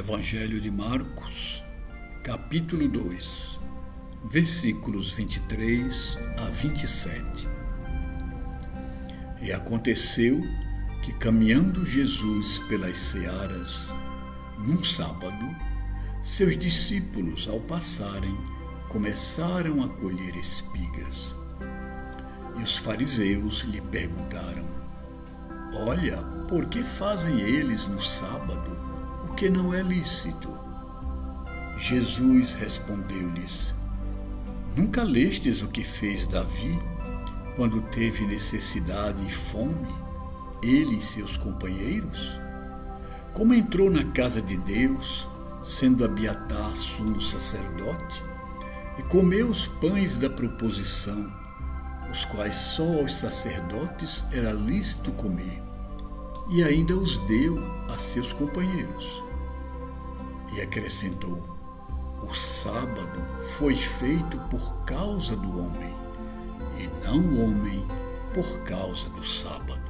Evangelho de Marcos, capítulo 2, versículos 23 a 27. E aconteceu que, caminhando Jesus pelas searas, num sábado, seus discípulos, ao passarem, começaram a colher espigas. E os fariseus lhe perguntaram: Olha, por que fazem eles no sábado o que não é lícito? Jesus respondeu-lhes: Nunca lestes o que fez Davi, quando teve necessidade e fome, ele e seus companheiros? Como entrou na casa de Deus, sendo Abiatar sumo sacerdote, e comeu os pães da proposição, os quais só aos sacerdotes era lícito comer, e ainda os deu a seus companheiros. E acrescentou: O sábado foi feito por causa do homem, e não o homem por causa do sábado.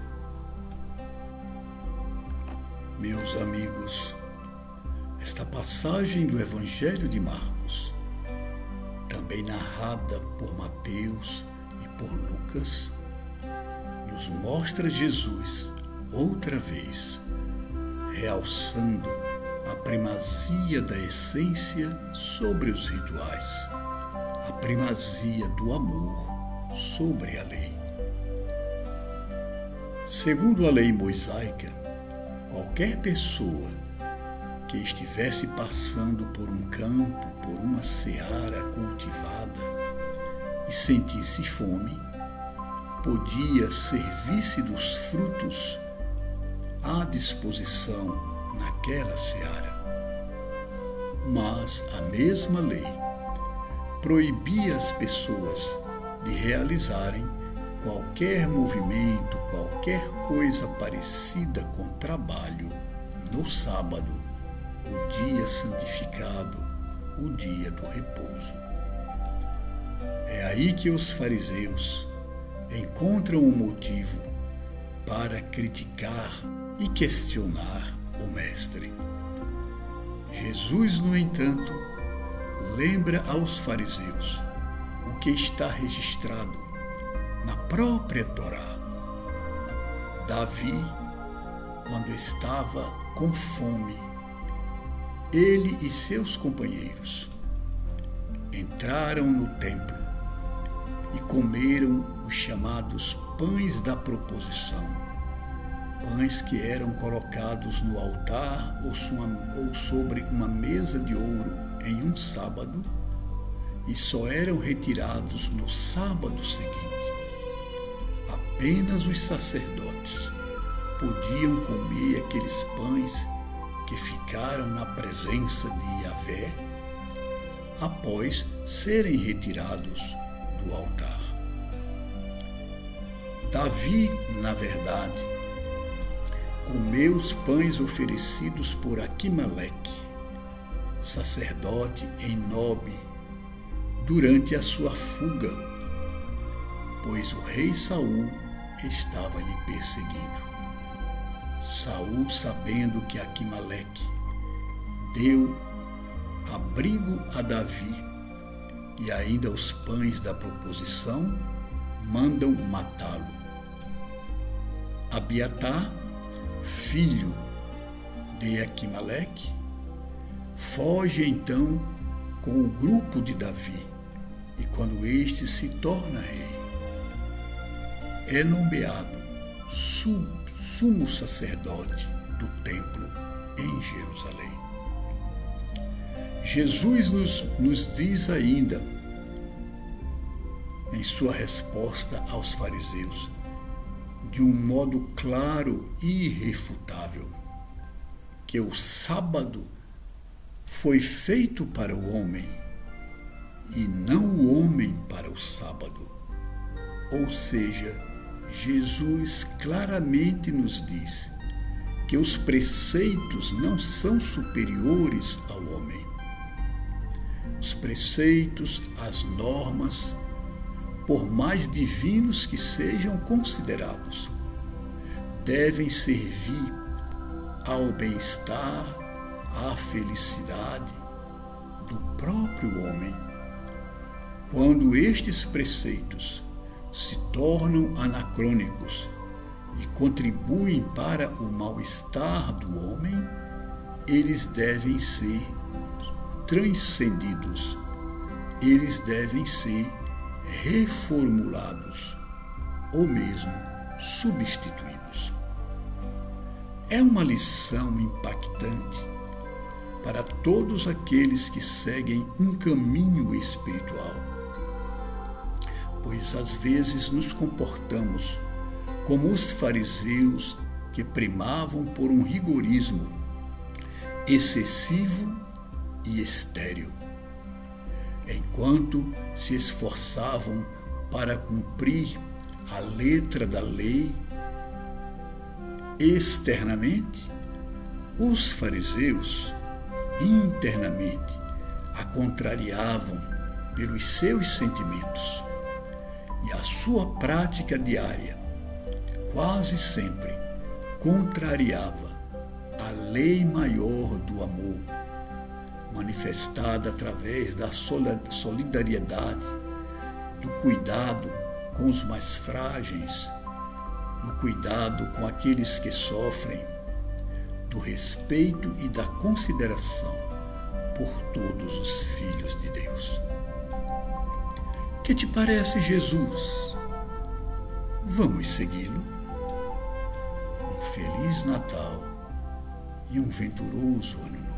Meus amigos, esta passagem do Evangelho de Marcos, também narrada por Mateus e por Lucas, nos mostra Jesus outra vez, realçando a primazia da essência sobre os rituais, a primazia do amor sobre a lei. Segundo a lei mosaica, qualquer pessoa que estivesse passando por um campo, por uma seara cultivada e sentisse fome, podia servir-se dos frutos à disposição naquela seara. Mas a mesma lei proibia as pessoas de realizarem qualquer movimento, qualquer coisa parecida com trabalho no sábado, o dia santificado, o dia do repouso. É aí que os fariseus encontram um motivo para criticar e questionar o Mestre. Jesus, no entanto, lembra aos fariseus o que está registrado na própria Torá. Davi, quando estava com fome, ele e seus companheiros entraram no templo e comeram os chamados pães da proposição, pães que eram colocados no altar ou sobre uma mesa de ouro em um sábado e só eram retirados no sábado seguinte. Apenas os sacerdotes podiam comer aqueles pães que ficaram na presença de Yahvé após serem retirados do altar. Davi, na verdade, comeu os pães oferecidos por Aquimeleque, sacerdote em Nobe, durante a sua fuga, pois o rei Saul estava lhe perseguindo. Saul, sabendo que Aquimeleque deu abrigo a Davi e ainda os pães da proposição, mandam matá-lo. Abiatar, filho de Aquimeleque, foge então com o grupo de Davi, e quando este se torna rei, é nomeado sumo sacerdote do templo em Jerusalém. Jesus nos diz ainda, em sua resposta aos fariseus, de um modo claro e irrefutável, que o sábado foi feito para o homem e não o homem para o sábado. Ou seja, Jesus claramente nos diz que os preceitos não são superiores ao homem. Os preceitos, as normas, por mais divinos que sejam considerados, devem servir ao bem-estar, à felicidade do próprio homem. Quando estes preceitos se tornam anacrônicos e contribuem para o mal-estar do homem, eles devem ser transcendidos, eles devem ser reformulados ou mesmo substituídos. É uma lição impactante para todos aqueles que seguem um caminho espiritual, pois às vezes nos comportamos como os fariseus que primavam por um rigorismo excessivo e estéril, enquanto se esforçavam para cumprir a letra da lei. Externamente, os fariseus internamente a contrariavam pelos seus sentimentos, e a sua prática diária quase sempre contrariava a lei maior do amor, manifestada através da solidariedade, do cuidado com os mais frágeis, do cuidado com aqueles que sofrem, do respeito e da consideração por todos os filhos de Deus. Que te parece Jesus? Vamos segui-lo? Um Feliz Natal e um venturoso Ano Novo.